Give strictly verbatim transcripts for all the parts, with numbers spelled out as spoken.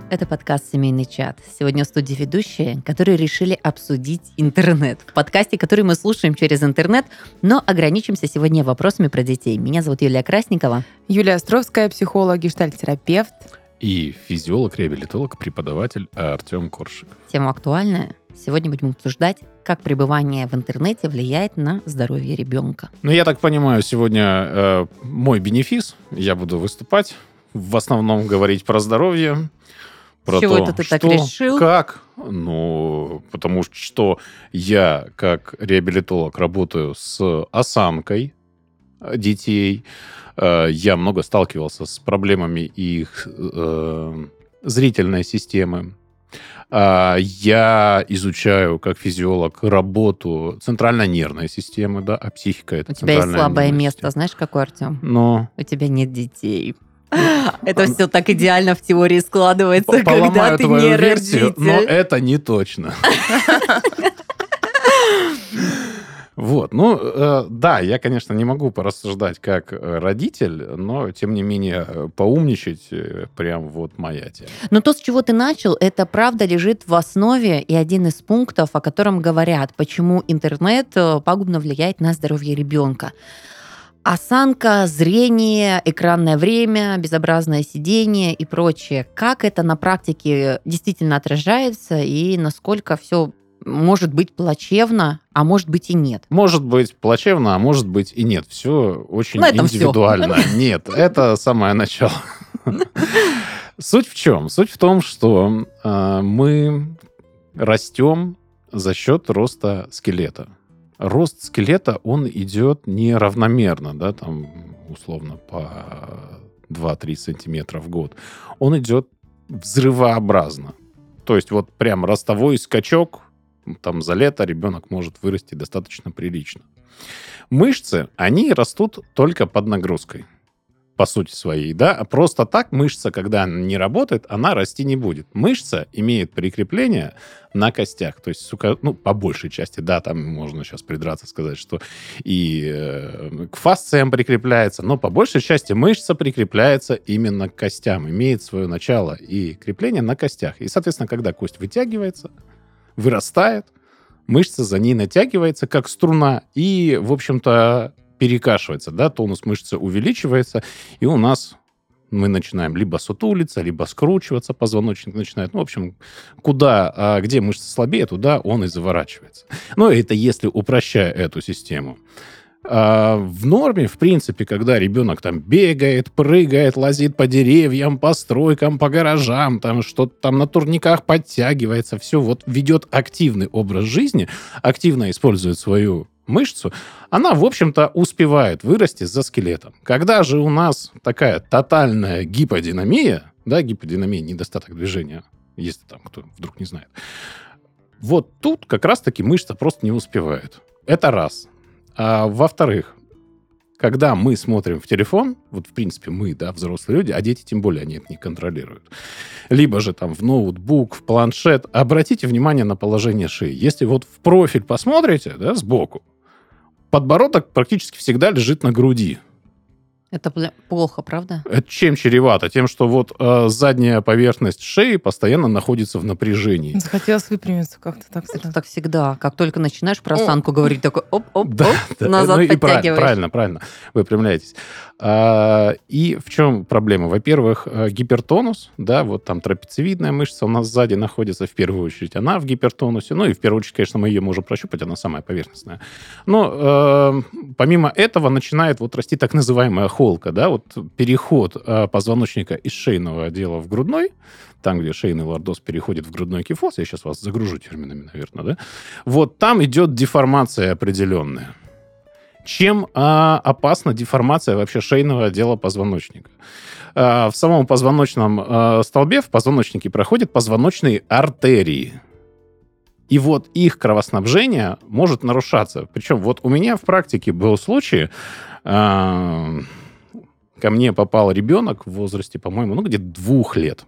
Это подкаст «Семейный чат». Сегодня в студии ведущие, которые решили обсудить интернет. В подкасте, который мы слушаем через интернет, но ограничимся сегодня вопросами про детей. Меня зовут Юлия Красникова. Юлия Островская, психолог, гештальт-терапевт. И физиолог, реабилитолог, преподаватель Артем Коршик. Тема актуальная. Сегодня будем обсуждать, как пребывание в интернете влияет на здоровье ребенка. Ну, я так понимаю, сегодня э, мой бенефис. Я буду выступать, в основном говорить про здоровье. Про С чего то, это ты что, так решил? Как? Ну, потому что я, как реабилитолог, работаю с осанкой детей. Я много сталкивался с проблемами их э, зрительной системы. Я изучаю, как физиолог, работу центральной нервной системы, да, а психика — это У тебя есть слабое нервная место, система. знаешь, какое, Артем? Но... У тебя нет детей. Это все так идеально в теории складывается, когда Поломаю ты твою не версию, родитель. но это не точно. Вот, ну, э, да, я, конечно, не могу порассуждать как родитель, но, тем не менее, поумничать прям вот моя тема. Но то, с чего ты начал, это правда лежит в основе и один из пунктов, о котором говорят, почему интернет пагубно влияет на здоровье ребенка. Осанка, зрение, экранное время, безобразное сидение и прочее. Как это на практике действительно отражается и насколько все может быть плачевно, а может быть и нет? Может быть плачевно, а может быть и нет. Все очень индивидуально. Всё. Нет, это самое начало. Суть в чем? Суть в том, что э, мы растем за счет роста скелета. Рост скелета, он идет неравномерно, да, там, условно, по два-три сантиметра в год. Он идет взрывообразно. То есть вот прям ростовой скачок, там за лето ребенок может вырасти достаточно прилично. Мышцы, они растут только под нагрузкой, по сути своей, да, а просто так мышца, когда она не работает, она расти не будет. Мышца имеет прикрепление на костях, то есть, сука, ну, по большей части, да, там можно сейчас придраться, сказать, что и э, к фасциям прикрепляется, но по большей части мышца прикрепляется именно к костям, имеет свое начало и крепление на костях. И, соответственно, когда кость вытягивается, вырастает, мышца за ней натягивается, как струна, и, в общем-то, перекашивается, да, тонус мышцы увеличивается, и у нас мы начинаем либо сутулиться, либо скручиваться, позвоночник начинает, ну, в общем, куда, а где мышца слабее, туда он и заворачивается. Но это если упрощая эту систему. А в норме, в принципе, когда ребенок там бегает, прыгает, лазит по деревьям, по стройкам, по гаражам, там что-то там на турниках подтягивается, все, вот ведет активный образ жизни, активно использует свою мышцу, она, в общем-то, успевает вырасти за скелетом. Когда же у нас такая тотальная гиподинамия, да, гиподинамия, недостаток движения, если там кто вдруг не знает, вот тут как раз-таки мышца просто не успевает. Это раз. А во-вторых, когда мы смотрим в телефон, вот в принципе мы, да, взрослые люди, а дети тем более они это не контролируют, либо же там в ноутбук, в планшет, обратите внимание на положение шеи. Если вот в профиль посмотрите, да, сбоку, подбородок практически всегда лежит на груди. Это плохо, правда? Это чем чревато? Тем, что вот э, задняя поверхность шеи постоянно находится в напряжении. Захотелось выпрямиться как-то так Это сразу. так всегда. Как только начинаешь про осанку говорить, такой оп-оп-оп, Да, да. назад Ну и правильно, подтягиваешь. правильно, правильно, выпрямляетесь. А, и в чем проблема? Во-первых, гипертонус, да, вот там трапециевидная мышца у нас сзади находится в первую очередь, она в гипертонусе, ну и в первую очередь, конечно, мы ее можем прощупать, она самая поверхностная. Но э, помимо этого начинает вот расти так называемая холка, да, вот переход э, позвоночника из шейного отдела в грудной, там, где шейный лордоз переходит в грудной кифоз, я сейчас вас загружу терминами, наверное, да, вот там идет деформация определенная. Чем а, опасна деформация вообще шейного отдела позвоночника? А, в самом позвоночном а, столбе, в позвоночнике проходят позвоночные артерии. И вот их кровоснабжение может нарушаться. Причем вот у меня в практике был случай, а, ко мне попал ребенок в возрасте, по-моему, ну, где-то двух лет.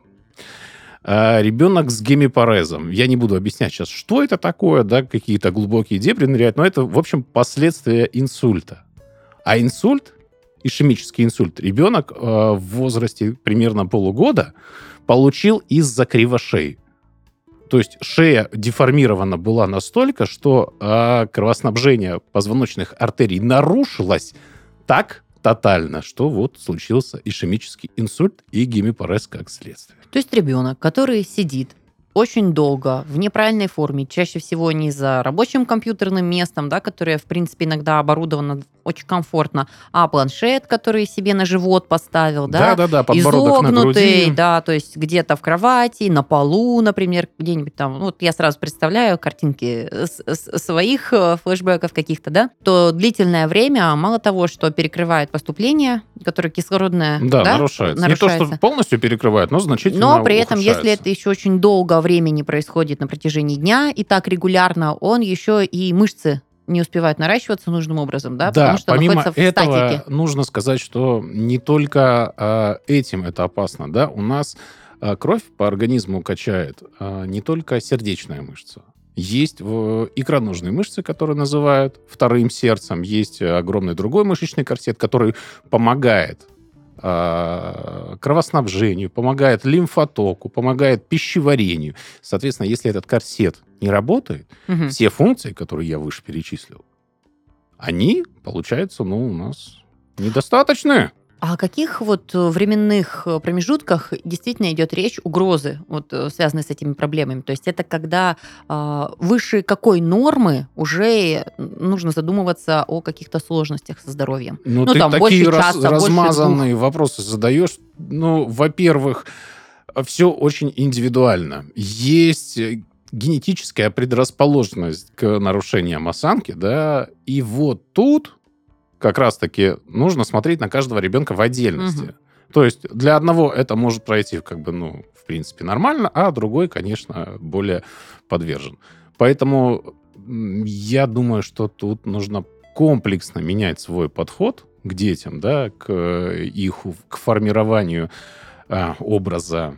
А, ребенок с гемипарезом. Я не буду объяснять сейчас, что это такое, да, какие-то глубокие дебри ныряют, но это, в общем, последствия инсульта. А инсульт ишемический инсульт ребенок э, в возрасте примерно полугода получил из-за кривошеи. То есть шея деформирована была настолько, что э, кровоснабжение позвоночных артерий нарушилось так тотально, что вот случился ишемический инсульт и гемипарез как следствие. То есть ребенок, который сидит очень долго в неправильной форме, чаще всего не за рабочим компьютерным местом, да, которое, в принципе, иногда оборудовано очень комфортно, а планшет, который себе на живот поставил, да, Да-да-да, подбородок на изогнутый, груди. да, то есть где-то в кровати, на полу, например, где-нибудь там, ну, вот я сразу представляю картинки с- с- своих э, флешбеков каких-то, да, то длительное время, мало того, что перекрывает поступление, которое кислородное, Да, да, нарушается. Не то, что полностью перекрывает, но значительно но при этом, если ухудшается. это еще очень долго времени происходит на протяжении дня, и так регулярно, он еще и мышцы не успевают наращиваться нужным образом, да, Да, потому что помимо находится в этого, статике. нужно сказать, что не только э, этим это опасно, да, у нас э, кровь по организму качает э, не только сердечная мышца. Есть в- икроножные мышцы, которые называют вторым сердцем, есть огромный другой мышечный корсет, который помогает э, кровоснабжению, помогает лимфотоку, помогает пищеварению. Соответственно, если этот корсет не работает, Мгм. все функции, которые я выше перечислил, они, получается, ну, у нас недостаточные. А о каких вот э, временных э, промежутках действительно идет речь, угрозы, вот, э, связанные с этими проблемами? То есть это когда а, выше какой нормы уже нужно задумываться о каких-то сложностях со здоровьем? Ну, Ну, ты там, такие больше раз- часа, больше размазанные вопросы задаешь. Ну, во-первых, все очень индивидуально. Есть э, генетическая предрасположенность к нарушениям осанки, да, и вот тут как раз-таки нужно смотреть на каждого ребенка в отдельности. Мгм. То есть для одного это может пройти, как бы, ну, в принципе, нормально, а другой, конечно, более подвержен. Поэтому м, я думаю, что тут нужно комплексно менять свой подход к детям, да, к э, их к формированию а, образа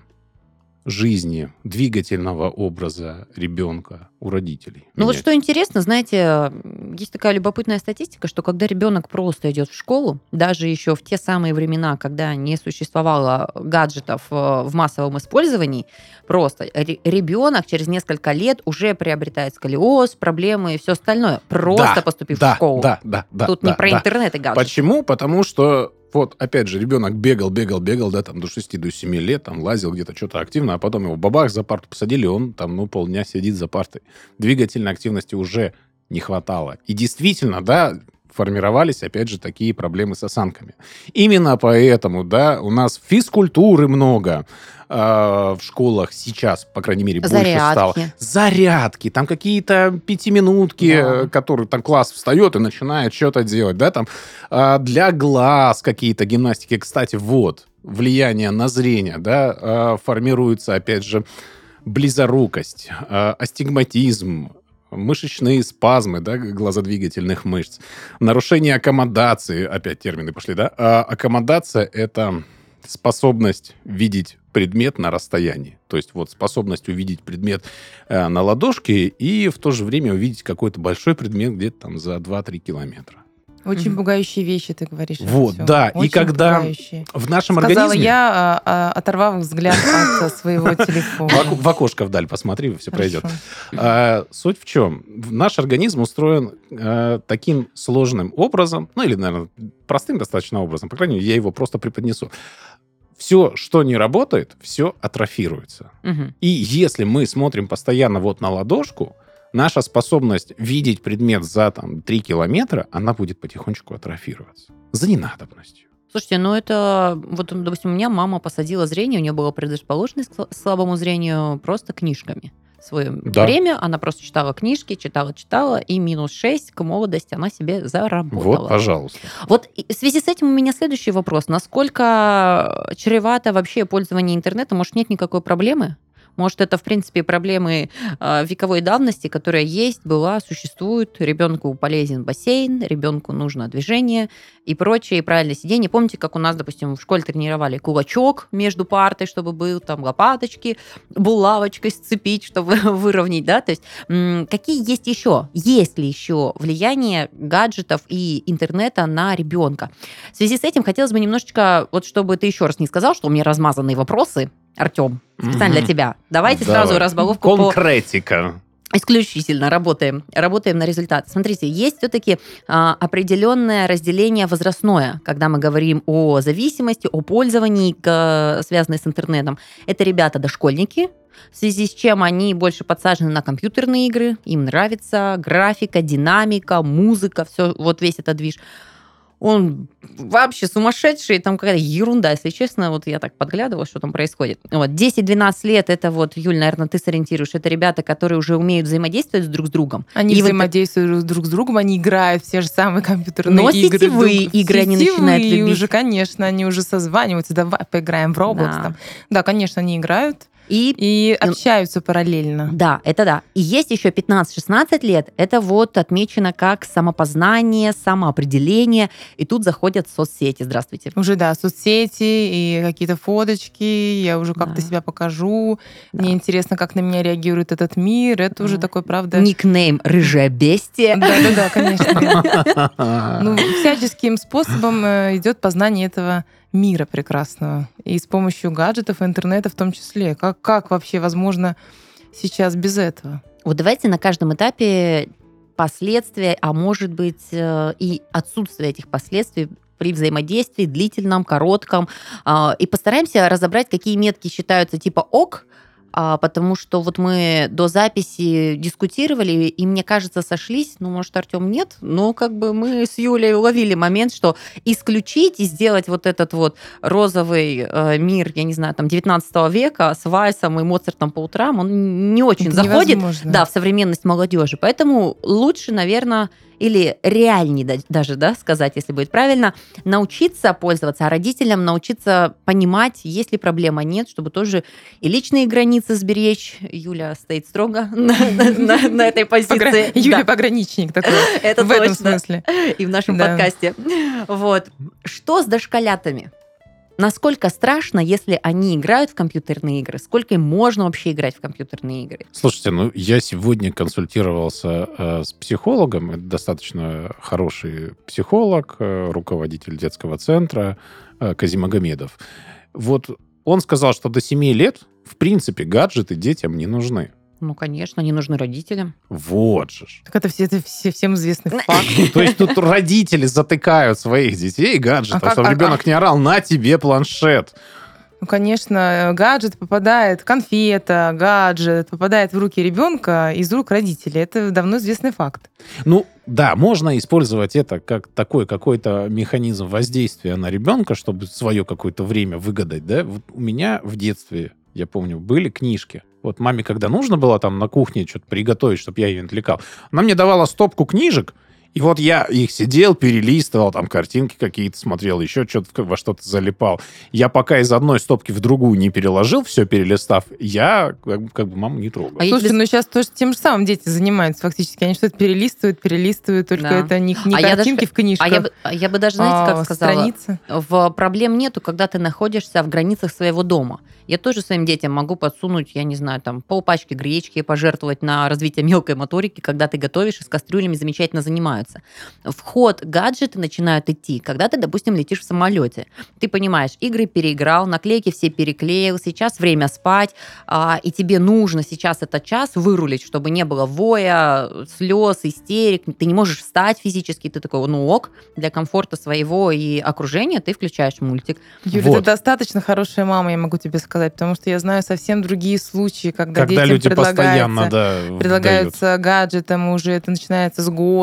жизни, двигательного образа ребенка у родителей. Ну вот Менять. что интересно, знаете, м, есть такая любопытная статистика, что когда ребенок просто идет в школу, даже еще в те самые времена, когда не существовало гаджетов э, в массовом использовании, просто ре- ребенок через несколько лет уже приобретает сколиоз, проблемы и все остальное, просто Да, поступив да, в школу. Да, да, да. Тут да, не про да. интернет и гаджеты. Почему? Потому что, вот, опять же, ребенок бегал, бегал, бегал, да, там, до шести, до семи лет, там, лазил где-то что-то активно, а потом его бабах за парту посадили, он там, ну, полдня сидит за партой. Двигательной активности уже не хватало. И действительно, да, формировались, опять же, такие проблемы с осанками. Именно поэтому, да, у нас физкультуры много э, в школах сейчас, по крайней мере, больше стало. Зарядки. Зарядки, там какие-то пятиминутки, Да. э, которые там класс встает и начинает что-то делать, да, там а, для глаз какие-то гимнастики. Кстати, вот, влияние на зрение, да, а, формируется, опять же, близорукость, а, астигматизм, мышечные спазмы, да, глазодвигательных мышц, нарушение аккомодации, опять термины пошли, да, а аккомодация — это способность видеть предмет на расстоянии. То есть вот способность увидеть предмет э, на ладошке и в то же время увидеть какой-то большой предмет где-то там за два-три километра. Очень Мгм. пугающие вещи ты говоришь. Вот, Артём. да, и Очень когда пугающие. В нашем Сказала организме... я, а, а, оторвав взгляд от своего В, око- телефона. в окошко вдаль посмотри, все пройдет. Хорошо. А, суть в чем? Наш организм устроен а, таким сложным образом, ну или, наверное, простым достаточно образом, по крайней мере, я его просто преподнесу. Все, что не работает, все атрофируется. Мгм. И если мы смотрим постоянно вот на ладошку, наша способность видеть предмет за там, три километра, она будет потихонечку атрофироваться. За ненадобностью. Слушайте, ну это, вот, допустим, у меня мама посадила зрение, у нее была предрасположенность к слабому зрению просто книжками. В свое Да. время она просто читала книжки, читала, читала, и минус шесть к молодости она себе заработала. Вот, пожалуйста. Вот и в связи с этим у меня следующий вопрос. Насколько чревато вообще пользование интернетом? Может, нет никакой проблемы? Может, это, в принципе, проблемы э, вековой давности, которая есть, была, существует. Ребенку полезен бассейн, ребенку нужно движение и прочее, и правильное сидение. Помните, как у нас, допустим, в школе тренировали кулачок между партой, чтобы был, там, лопаточки, булавочкой сцепить, чтобы выровнять, да? То есть м- какие есть еще? Есть ли еще влияние гаджетов и интернета на ребенка? В связи с этим хотелось бы немножечко, вот чтобы ты еще раз не сказал, что у меня размазанные вопросы, Артем, специально для тебя. Давайте Давай. сразу разбаловку по... Конкретика. Исключительно работаем, работаем на результат. Смотрите, есть все-таки а, определенное разделение возрастное, когда мы говорим о зависимости, о пользовании, к, связанной с интернетом. Это ребята дошкольники, в связи с чем они больше подсажены на компьютерные игры, им нравится графика, динамика, музыка, все, вот весь этот движ. Он вообще сумасшедший, там какая-то ерунда, если честно, вот я так подглядывала, что там происходит. Вот, десять-двенадцать лет, это вот, Юль, наверное, ты сориентируешь, это ребята, которые уже умеют взаимодействовать друг с другом. Они И взаимодействуют вот... друг с другом, они играют в те же самые компьютерные Но игры. сетевые друг... игры они начинают Сетевые любить. уже, конечно, они уже созваниваются, давай поиграем в Roblox. Да. Там. Да, конечно, они играют. И, и общаются параллельно. Да, это да. И есть еще пятнадцать-шестнадцать лет, это вот отмечено как самопознание, самоопределение, и тут заходят соцсети. Здравствуйте. Уже, да, соцсети и какие-то фоточки, я уже как-то да. себя покажу, да. мне интересно, как на меня реагирует этот мир, это да. уже такой, правда... Никнейм «Рыжая бестия». Да-да-да, конечно. Ну, всяческим способом идет познание этого мира прекрасного. И с помощью гаджетов и интернета в том числе. Как, как вообще возможно сейчас без этого? Вот давайте на каждом этапе последствия, а может быть и отсутствие этих последствий при взаимодействии длительном, коротком. И постараемся разобрать, какие метки считаются типа ок, потому что вот мы до записи дискутировали, и, мне кажется, сошлись, ну, может, Артем нет, но как бы мы с Юлей уловили момент, что исключить и сделать вот этот вот розовый э, мир, я не знаю, там, девятнадцатого века с Вальсом и Моцартом по утрам, он не очень Это заходит невозможно. Да, в современность молодежи. Поэтому лучше, наверное, или реальнее даже, да, сказать, если будет правильно, научиться пользоваться, а родителям научиться понимать, есть ли проблема, нет, чтобы тоже и личные границы сберечь. Юля стоит строго на, на, на этой позиции. Юля да. пограничник такой. Это в точно. этом смысле. И в нашем да. подкасте. Вот. Что с дошколятами? Насколько страшно, если они играют в компьютерные игры? Сколько им можно вообще играть в компьютерные игры? Слушайте, ну я сегодня консультировался э, с психологом. Это достаточно хороший психолог, э, руководитель детского центра э, Казимагомедов. Вот он сказал, что до семи лет, в принципе, гаджеты детям не нужны. Ну, конечно, они нужны родителям. Вот же. Так это, все, это все, всем известный факт. То есть тут родители затыкают своих детей гаджетом, чтобы ребенок не орал: на тебе планшет. Ну, конечно, гаджет попадает, конфета, гаджет попадает в руки ребенка из рук родителей. Это давно известный факт. Ну, да, можно использовать это как такой какой-то механизм воздействия на ребенка, чтобы свое какое-то время выгадать, да. Вот у меня в детстве, я помню, были книжки. Вот маме, когда нужно было там на кухне что-то приготовить, чтобы я ее отвлекал, она мне давала стопку книжек, и вот я их сидел, перелистывал, там картинки какие-то смотрел, еще что-то во что-то залипал. Я пока из одной стопки в другую не переложил, все перелистав, я как, как бы маму не трогал. А Слушайте, ну сейчас тоже тем же самым дети занимаются фактически. Они что-то перелистывают, перелистывают, только да. это не, не а картинки даже, в книжках. А я, бы, я бы даже, знаете, как а, сказала, страницы. В проблем нету, когда ты находишься в границах своего дома. Я тоже своим детям могу подсунуть, я не знаю, там, полпачки гречки, пожертвовать на развитие мелкой моторики, когда ты готовишь, и с кастрюлями замечательно занимаются. В ход гаджеты начинают идти, когда ты, допустим, летишь в самолете. Ты понимаешь, игры переиграл, наклейки все переклеил, сейчас время спать, и тебе нужно сейчас этот час вырулить, чтобы не было воя, слез, истерик. Ты не можешь встать физически, ты такой, ну ок, для комфорта своего и окружения ты включаешь мультик. Юля, вот. Ты достаточно хорошая мама, я могу тебе сказать, потому что я знаю совсем другие случаи, когда, когда детям люди предлагается, постоянно, да, предлагаются гаджетом, уже это начинается с года,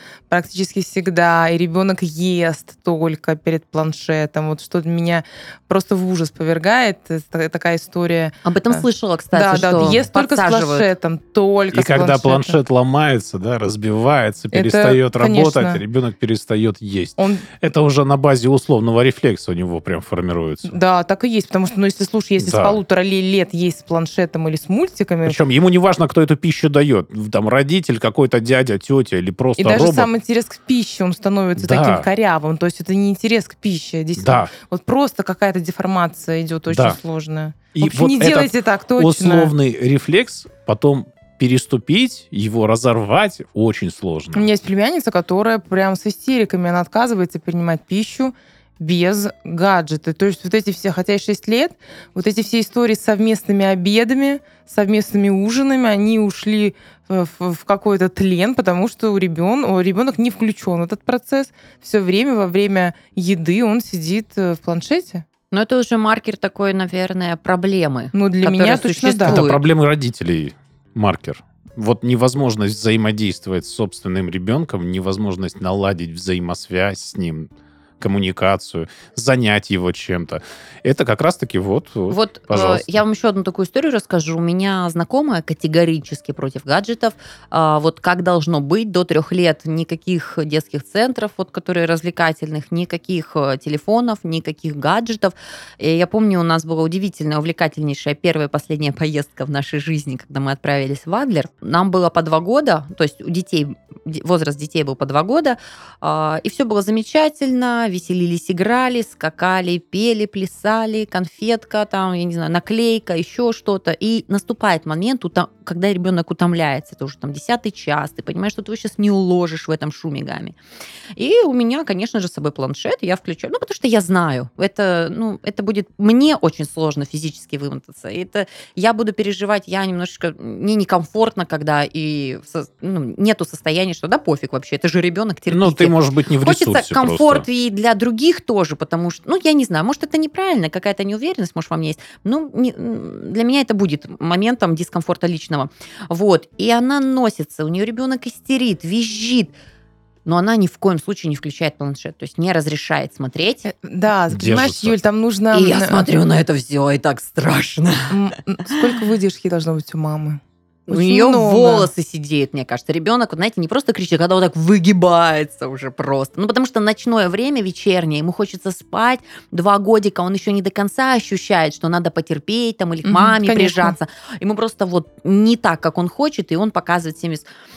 практически всегда, и ребенок ест только перед планшетом. Вот что меня просто в ужас повергает. Это такая история. Об этом слышала, кстати, да, что да, ест только с планшетом, только и с когда планшетом. планшет ломается, да, разбивается, перестает Это, работать, конечно. ребенок перестает есть. Он... Это уже на базе условного рефлекса у него прям формируется. Да, так и есть, потому что, ну, если, слушай, если Да. с полутора лет есть с планшетом или с мультиками... Причем ему не важно, кто эту пищу дает. Там родитель, какой-то дядя, тетя или просто И даже робот. сам интерес к пище, он становится Да. таким корявым. То есть это не интерес к пище. Здесь Да. вот просто какая-то деформация идет очень Да. сложная. И В общем, вот не этот делайте так, точно. условный рефлекс потом переступить, его разорвать очень сложно. У меня есть племянница, которая прям с истериками, она отказывается принимать пищу без гаджета. То есть вот эти все, хотя и шесть лет, вот эти все истории с совместными обедами, совместными ужинами, они ушли в, в какой-то тлен, потому что у ребен... ребенок не включен в этот процесс. Все время во время еды он сидит в планшете. Но это уже маркер такой, наверное, проблемы. Ну, для которая меня точно да. существует. Это проблемы родителей, маркер. Вот невозможность взаимодействовать с собственным ребенком, невозможность наладить взаимосвязь с ним, коммуникацию, занять его чем-то. Это как раз-таки вот, Вот пожалуйста. э, я вам еще одну такую историю расскажу. У меня знакомая категорически против гаджетов. А, вот как должно быть до трех лет никаких детских центров, вот, которые развлекательных, никаких э, телефонов, никаких гаджетов. И я помню, у нас была удивительная, увлекательнейшая первая и последняя поездка в нашей жизни, когда мы отправились в Адлер. Нам было по два года, то есть у детей, возраст детей был по два года, э, и все было замечательно, веселились, играли, скакали, пели, плясали, конфетка, там, я не знаю, наклейка, еще что-то. И наступает момент, когда ребенок утомляется. Это уже там десятый час, ты понимаешь, что ты его сейчас не уложишь в этом шуме гамме. И у меня, конечно же, с собой планшет, я включаю, ну, потому что я знаю, это, ну, это будет мне очень сложно физически вымотаться. Это я буду переживать, я немножечко, мне некомфортно, когда и ну, нету состояния, что да пофиг вообще, это же ребенок, терпите. Ну, ты, может быть, не в ресурсе. Хочется комфорт просто. И для других тоже, потому что, ну, я не знаю, может, это неправильно, какая-то неуверенность, может, во мне есть. Ну, не, для меня это будет моментом дискомфорта личного. Вот. И она носится, у нее ребенок истерит, визжит, но она ни в коем случае не включает планшет, то есть не разрешает смотреть. Да, Держится. понимаешь, Юль, там нужно... И я смотрю на это все, и так страшно. Сколько выдержки должно быть у мамы? У нее волосы сидеют, мне кажется. Ребенок, вот, знаете, не просто кричит, когда вот так выгибается уже просто. Ну, потому что ночное время, вечернее, ему хочется спать. Два годика, он еще не до конца ощущает, что надо потерпеть там или к маме mm-hmm, прижаться. Ему просто вот не так, как он хочет, и он показывает всем.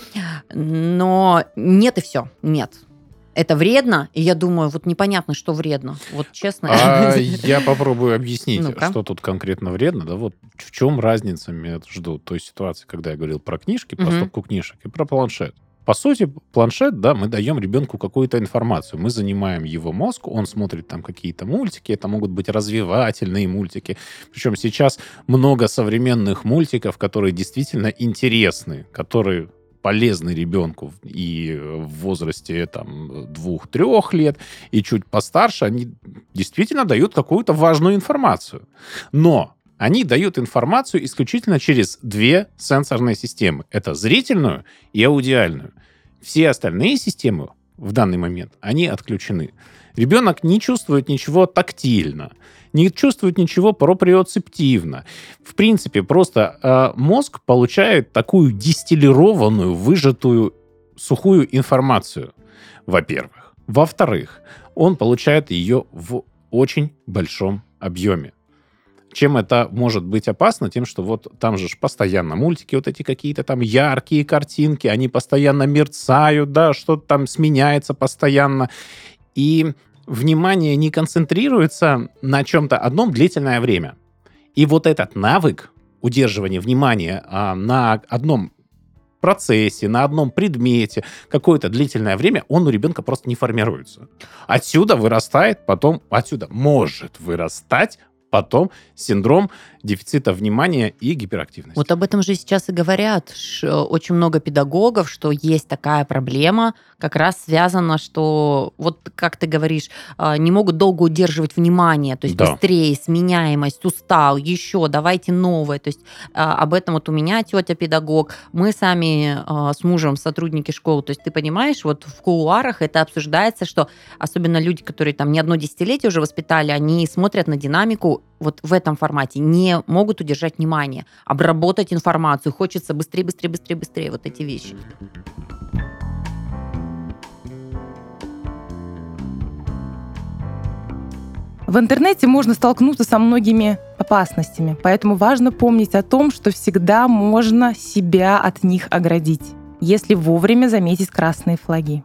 Но нет и все, нет. Это вредно, и я думаю, вот непонятно, что вредно. Вот честно. А я попробую объяснить, Ну-ка. что тут конкретно вредно. Да вот в чем разница между той ситуацией, когда я говорил про книжки, про Мгм. стопку книжек, и про планшет. По сути, планшет, да, мы даем ребенку какую-то информацию. Мы занимаем его мозг, он смотрит там какие-то мультики, это могут быть развивательные мультики. Причем сейчас много современных мультиков, которые действительно интересны, которые полезны ребенку и в возрасте там двух-трех лет, и чуть постарше, они действительно дают какую-то важную информацию. Но они дают информацию исключительно через две сенсорные системы. Это зрительную и аудиальную. Все остальные системы в данный момент, они отключены. Ребенок не чувствует ничего тактильно, не чувствует ничего проприоцептивно. В принципе, просто э, мозг получает такую дистиллированную, выжатую, сухую информацию, во-первых. Во-вторых, он получает ее в очень большом объеме. Чем это может быть опасно? Тем, что вот там же ж постоянно мультики, вот эти какие-то там яркие картинки, они постоянно мерцают, да, что-то там сменяется постоянно. И внимание не концентрируется на чем-то одном длительное время. И вот этот навык удерживания внимания а, на одном процессе, на одном предмете какое-то длительное время, он у ребенка просто не формируется. Отсюда вырастает потом, отсюда может вырастать потом синдром дефицита внимания и гиперактивности. Вот об этом же сейчас и говорят ш- очень много педагогов, что есть такая проблема, как раз связана, что, вот как ты говоришь, а, не могут долго удерживать внимание, то есть Да. быстрее, сменяемость, устал, еще, давайте новое. То есть а, об этом вот у меня тетя педагог, мы сами а, с мужем сотрудники школы, то есть ты понимаешь, вот в кулуарах это обсуждается, что особенно люди, которые там не одно десятилетие уже воспитали, они смотрят на динамику вот в этом формате, не могут удержать внимание, обработать информацию, хочется быстрее, быстрее, быстрее, быстрее, вот эти вещи. В интернете можно столкнуться со многими опасностями, поэтому важно помнить о том, что всегда можно себя от них оградить, если вовремя заметить красные флаги.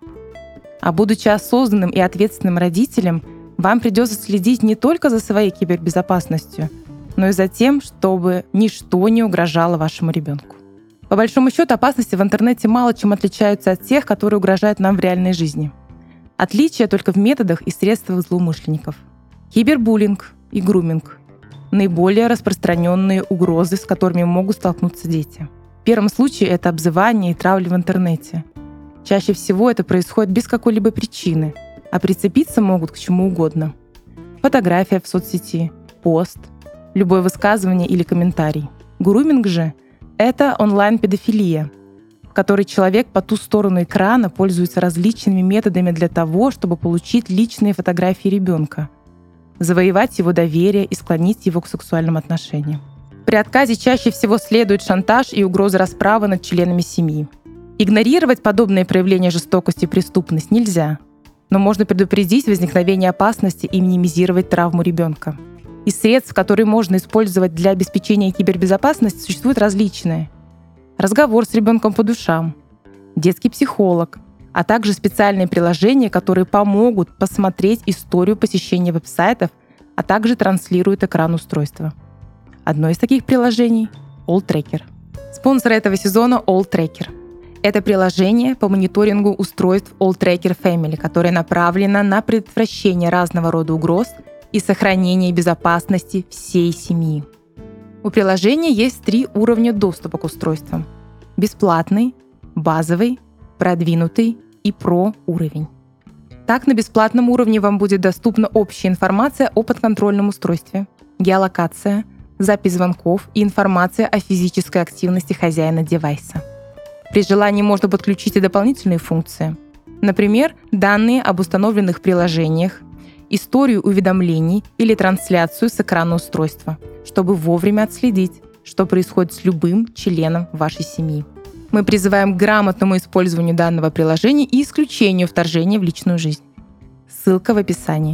А будучи осознанным и ответственным родителем, вам придется следить не только за своей кибербезопасностью, но и за тем, чтобы ничто не угрожало вашему ребенку. По большому счету, опасности в интернете мало чем отличаются от тех, которые угрожают нам в реальной жизни. Отличие только в методах и средствах злоумышленников. Кибербуллинг и груминг – наиболее распространенные угрозы, с которыми могут столкнуться дети. В первом случае это обзывание и травля в интернете. Чаще всего это происходит без какой-либо причины, а прицепиться могут к чему угодно. Фотография в соцсети, пост, любое высказывание или комментарий. Груминг же – это онлайн-педофилия, в которой человек по ту сторону экрана пользуется различными методами для того, чтобы получить личные фотографии ребенка, завоевать его доверие и склонить его к сексуальным отношениям. При отказе чаще всего следует шантаж и угроза расправы над членами семьи. Игнорировать подобные проявления жестокости и преступность нельзя, но можно предупредить возникновение опасности и минимизировать травму ребенка. Из средств, которые можно использовать для обеспечения кибербезопасности, существуют различные. Разговор с ребенком по душам, детский психолог, а также специальные приложения, которые помогут посмотреть историю посещения веб-сайтов, а также транслируют экран устройства. Одно из таких приложений — AllTracker. Спонсор этого сезона — AllTracker. Это приложение по мониторингу устройств AllTracker Family, которое направлено на предотвращение разного рода угроз и сохранение безопасности всей семьи. У приложения есть три уровня доступа к устройствам: бесплатный, базовый, продвинутый и про уровень. Так, на бесплатном уровне вам будет доступна общая информация о подконтрольном устройстве, геолокация, запись звонков и информация о физической активности хозяина девайса. При желании можно подключить и дополнительные функции. Например, данные об установленных приложениях, историю уведомлений или трансляцию с экрана устройства, чтобы вовремя отследить, что происходит с любым членом вашей семьи. Мы призываем к грамотному использованию данного приложения и исключению вторжения в личную жизнь. Ссылка в описании.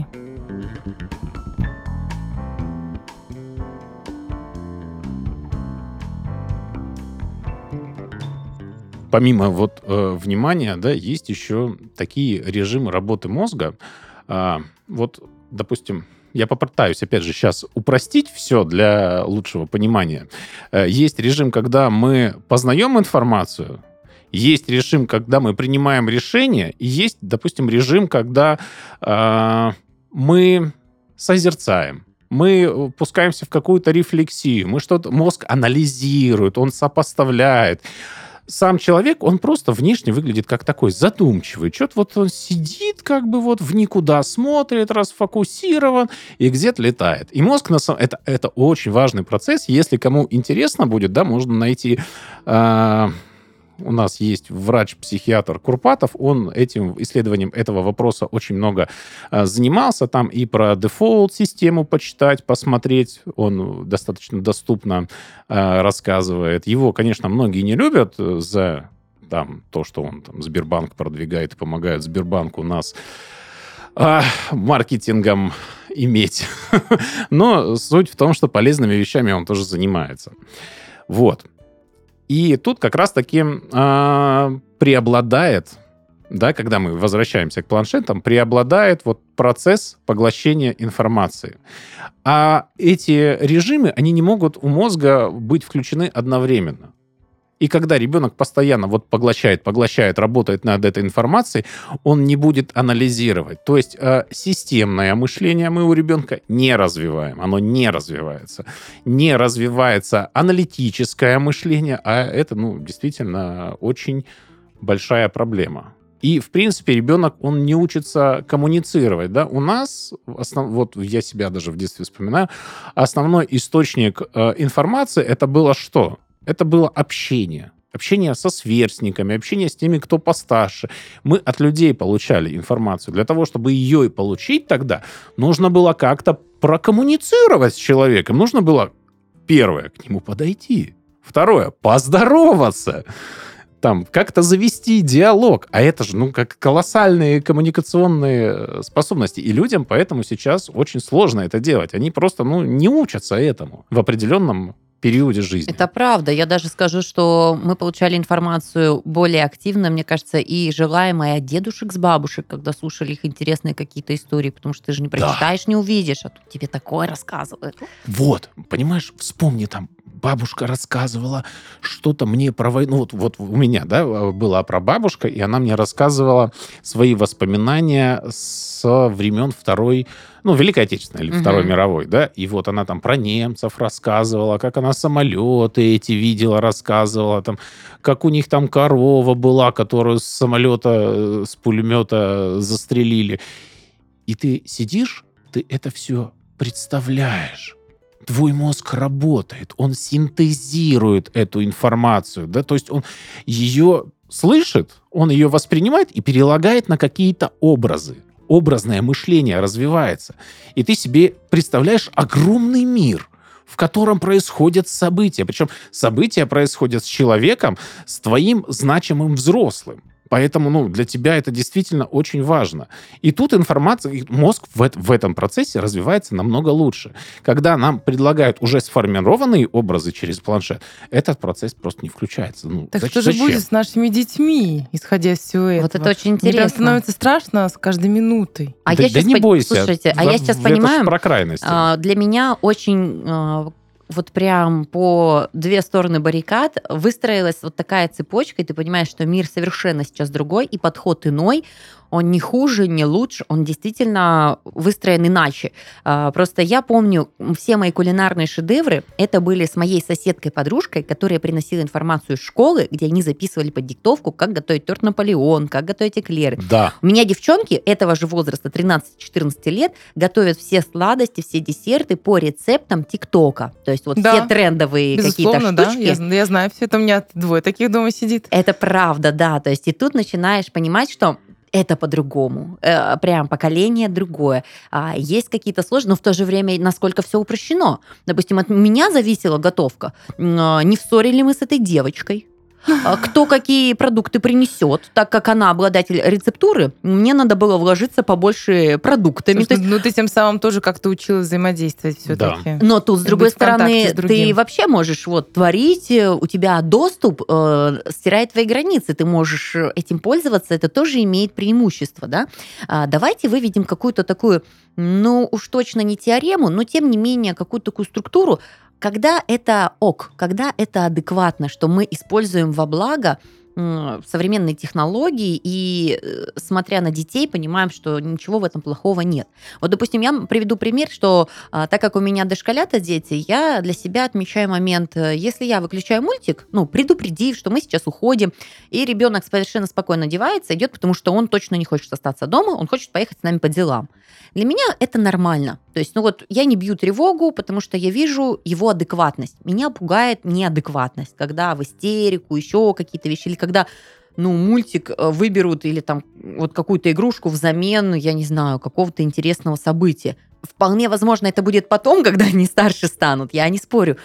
Помимо вот э, внимания, да, есть еще такие режимы работы мозга. А, вот, допустим, я попытаюсь, опять же, сейчас упростить все для лучшего понимания. Э, есть режим, когда мы познаем информацию, есть режим, когда мы принимаем решения, и есть, допустим, режим, когда э, мы созерцаем. Мы пускаемся в какую-то рефлексию, мы что-то, мозг анализирует, он сопоставляет. Сам человек, он просто внешне выглядит как такой задумчивый. Что-то вот он сидит, как бы вот в никуда смотрит, расфокусирован и где-то летает. И мозг, на самом... это, это очень важный процесс. Если кому интересно будет, да, можно найти... Э... У нас есть врач-психиатр Курпатов, он этим исследованием этого вопроса очень много а, занимался. Там и про дефолт-систему почитать, посмотреть. Он достаточно доступно а, рассказывает. Его, конечно, многие не любят за там, то, что он там, Сбербанк продвигает и помогает Сбербанку нас а, маркетингом иметь. Но суть в том, что полезными вещами он тоже занимается. Вот. И тут как раз-таки э, преобладает, да, когда мы возвращаемся к планшетам, преобладает вот процесс поглощения информации. А эти режимы, они не могут у мозга быть включены одновременно. И когда ребенок постоянно вот поглощает, поглощает, работает над этой информацией, он не будет анализировать. То есть э, системное мышление мы у ребенка не развиваем, оно не развивается. Не развивается аналитическое мышление, а это, ну, действительно очень большая проблема. И, в принципе, ребенок, он не учится коммуницировать. Да? У нас, основ... вот я себя даже в детстве вспоминаю, основной источник э, информации это было что? Это было общение. Общение со сверстниками, общение с теми, кто постарше. Мы от людей получали информацию. Для того, чтобы ее и получить тогда, нужно было как-то прокоммуницировать с человеком. Нужно было, первое, к нему подойти. Второе, поздороваться. Там, как-то завести диалог. А это же, ну, как колоссальные коммуникационные способности. И людям поэтому сейчас очень сложно это делать. Они просто, ну, не учатся этому в определенном периоде жизни. Это правда. Я даже скажу, что мы получали информацию более активно, мне кажется, и желаемой от дедушек с бабушек, когда слушали их интересные какие-то истории, потому что ты же не прочитаешь, да. не увидишь, а тут тебе такое рассказывают. Вот, понимаешь, вспомни там, бабушка рассказывала что-то мне про войну. Вот, вот у меня, да, была прабабушка, и она мне рассказывала свои воспоминания со времен Второй, ну, Великой Отечественной или Второй угу. мировой, да, и вот она там про немцев рассказывала, как она самолеты эти видела, рассказывала, там, как у них там корова была, которую с самолета, с пулемета застрелили. И ты сидишь, ты это все представляешь. Твой мозг работает, он синтезирует эту информацию, да, то есть он ее слышит, он ее воспринимает и перелагает на какие-то образы. Образное мышление развивается. И ты себе представляешь огромный мир, в котором происходят события. Причем события происходят с человеком, с твоим значимым взрослым. Поэтому, ну, для тебя это действительно очень важно. И тут информация, мозг в, в этом процессе развивается намного лучше. Когда нам предлагают уже сформированные образы через планшет, этот процесс просто не включается. Ну, так зачем? Что же будет с нашими детьми, исходя из всего этого? Вот это очень интересно. Мне становится страшно с каждой минутой. А да, я да сейчас не по... бойся. Слушайте, а в, я сейчас в, понимаю, про крайности. Для меня очень... вот прям по две стороны баррикад выстроилась вот такая цепочка, и ты понимаешь, что мир совершенно сейчас другой, и подход иной, он не хуже, не лучше, он действительно выстроен иначе. Просто я помню, все мои кулинарные шедевры, это были с моей соседкой-подружкой, которая приносила информацию из школы, где они записывали под диктовку, как готовить торт Наполеон, как готовить эклеры. Да. У меня девчонки этого же возраста, тринадцать-четырнадцать лет, готовят все сладости, все десерты по рецептам ТикТока. То есть вот да. все трендовые Безусловно, какие-то штучки. Да. Я, я знаю все, это у меня двое таких дома сидит. Это правда, да. То есть и тут начинаешь понимать, что это по-другому. Э, прям поколение другое. А, есть какие-то сложности, но в то же время насколько все упрощено. Допустим, от меня зависела готовка. Э, не ссорили мы с этой девочкой. Кто какие продукты принесет, так как она обладатель рецептуры, мне надо было вложиться побольше продуктами. Слушай, ну ты тем самым тоже как-то училась взаимодействовать все-таки. Да. Но тут, с другой стороны, ты вообще можешь вот творить, у тебя доступ э, стирает твои границы, ты можешь этим пользоваться, это тоже имеет преимущество, да? А, давайте выведем какую-то такую, ну уж точно не теорему, но тем не менее какую-то такую структуру, когда это ок, когда это адекватно, что мы используем во благо современные технологии и, смотря на детей, понимаем, что ничего в этом плохого нет. Вот, допустим, я приведу пример, что так как у меня дошколята дети, я для себя отмечаю момент, если я выключаю мультик, ну, предупредив, что мы сейчас уходим, и ребенок совершенно спокойно одевается, идет, потому что он точно не хочет остаться дома, он хочет поехать с нами по делам. Для меня это нормально. То есть, ну вот, я не бью тревогу, потому что я вижу его адекватность. Меня пугает неадекватность, когда в истерику, еще какие-то вещи, или когда, ну, мультик выберут или там вот какую-то игрушку взамен, я не знаю, какого-то интересного события. Вполне возможно, это будет потом, когда они старше станут, я не спорю.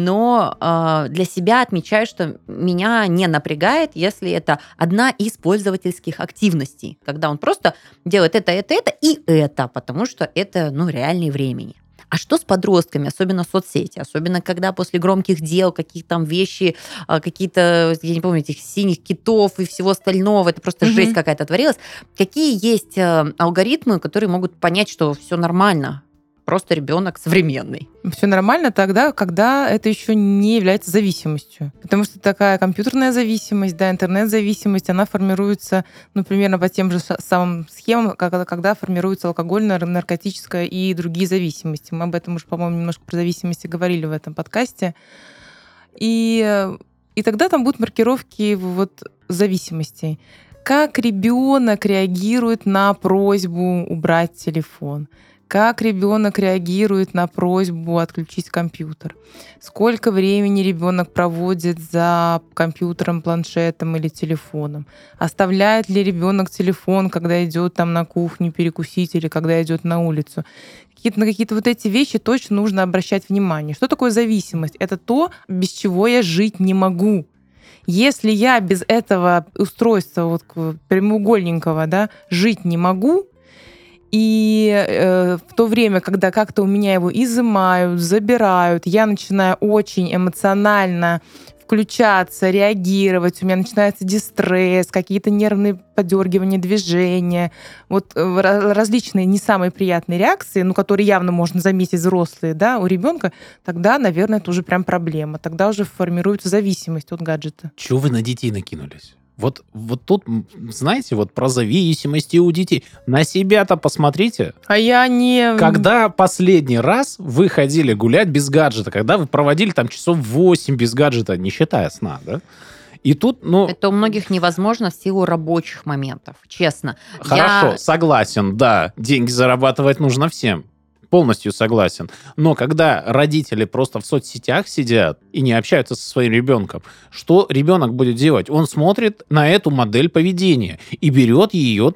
Но э, для себя отмечаю, что меня не напрягает, если это одна из пользовательских активностей, когда он просто делает это, это, это и это, потому что это, ну, реальное времени. А что с подростками, особенно соцсети, особенно когда после громких дел какие-то там вещи, какие-то, я не помню, этих синих китов и всего остального, это просто mm-hmm. жесть какая-то творилась. Какие есть алгоритмы, которые могут понять, что все нормально? просто ребенок современный. Все нормально тогда, когда это еще не является зависимостью. Потому что такая компьютерная зависимость, да, интернет-зависимость, она формируется, ну, примерно по тем же самым схемам, когда, когда формируется алкогольная, наркотическая и другие зависимости. Мы об этом уже, по-моему, немножко про зависимости говорили в этом подкасте. И, и тогда там будут маркировки вот зависимостей. Как ребенок реагирует на просьбу убрать телефон? Как ребенок реагирует на просьбу отключить компьютер? Сколько времени ребенок проводит за компьютером, планшетом или телефоном? Оставляет ли ребенок телефон, когда идет там на кухню перекусить или когда идет на улицу? Какие-то, на какие-то вот эти вещи точно нужно обращать внимание. Что такое зависимость? Это то, без чего я жить не могу. Если я без этого устройства вот прямоугольненького, да, жить не могу, и э, в то время, когда как-то у меня его изымают, забирают, я начинаю очень эмоционально включаться, реагировать, у меня начинается дистресс, какие-то нервные подергивания, движения, вот э, различные не самые приятные реакции, ну, которые явно можно заметить взрослые, да, у ребенка, тогда, наверное, это уже прям проблема. Тогда уже формируется зависимость от гаджета. Чего вы на детей накинулись? Вот, вот тут, знаете, вот про зависимости у детей. На себя-то посмотрите. А я не... Когда последний раз вы ходили гулять без гаджета? Когда вы проводили там часов восемь без гаджета, не считая сна, да? И тут, ну... Это у многих невозможно в силу рабочих моментов, честно. Хорошо, я... согласен, да. Деньги зарабатывать нужно всем. Полностью согласен. Но когда родители просто в соцсетях сидят и не общаются со своим ребенком, что ребенок будет делать? Он смотрит на эту модель поведения и берет ее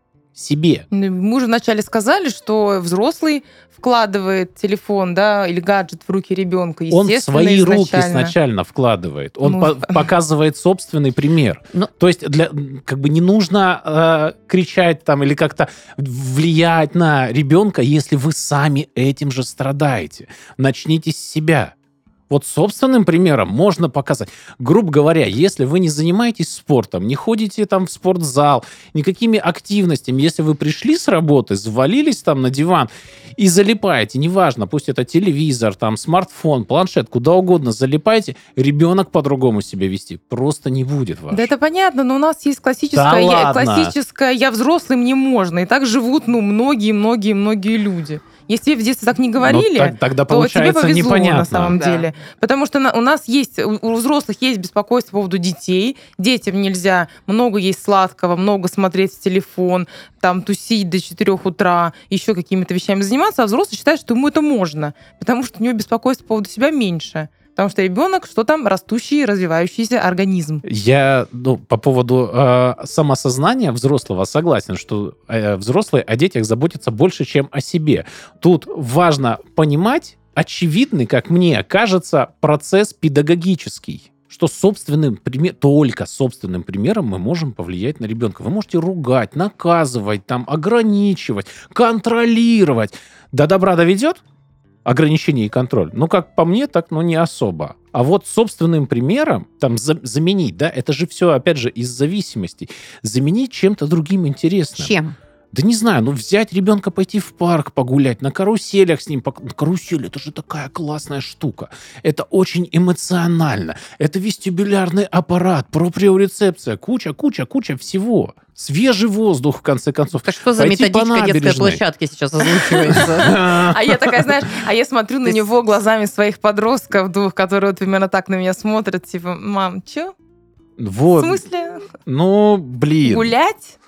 себе. Мы уже вначале сказали, что взрослый вкладывает телефон, да, или гаджет в руки ребенка. Он в свои изначально. руки сначально вкладывает. Он Ну... по- показывает собственный пример. Но... То есть для, как бы не нужно э, кричать там или как-то влиять на ребенка, если вы сами этим же страдаете. Начните с себя. Вот собственным примером можно показать. Грубо говоря, если вы не занимаетесь спортом, не ходите там в спортзал, никакими активностями, если вы пришли с работы, завалились там на диван и залипаете, неважно, пусть это телевизор, там, смартфон, планшет, куда угодно залипаете, ребенок по-другому себя вести просто не будет ваш. Да это понятно, но у нас есть классическое, Да я, ладно. классическое «я взрослый, мне можно». И так живут, ну, многие-многие-многие люди. Если тебе в детстве так не говорили, так, тогда то тебе получается повезло непонятно. на самом Да. деле. Потому что на, у нас есть, у, у взрослых есть беспокойство по поводу детей. Детям нельзя много есть сладкого, много смотреть в телефон, там тусить до четырех утра, еще какими-то вещами заниматься, а взрослый считает, что ему это можно, потому что у него беспокойство по поводу себя меньше. Потому что ребенок, что там, растущий, развивающийся организм. Я ну, по поводу э, самосознания взрослого согласен, что э, взрослые о детях заботятся больше, чем о себе. Тут важно понимать очевидный, как мне кажется, процесс педагогический. Что собственным примером, только собственным примером мы можем повлиять на ребенка. Вы можете ругать, наказывать, там, ограничивать, контролировать. До добра доведет? Ограничение и контроль. Ну, как по мне, так, ну, не особо. А вот собственным примером, там, за- заменить, да, это же все, опять же, из зависимости. Заменить чем-то другим интересным. Чем? Да не знаю, ну, взять ребенка, пойти в парк погулять, на каруселях с ним. пок- Карусель, это же такая классная штука. Это очень эмоционально. Это вестибулярный аппарат, проприорецепция, куча, куча, куча всего. Свежий воздух, в конце концов. Так что за Пойти по методичка детской набережной. площадки сейчас озвучивается? А я такая, знаешь, а я смотрю на То есть- него глазами своих подростков двух, которые вот примерно так на меня смотрят, типа, мам, чё? В Вот. смысле? Ну, блин. Гулять?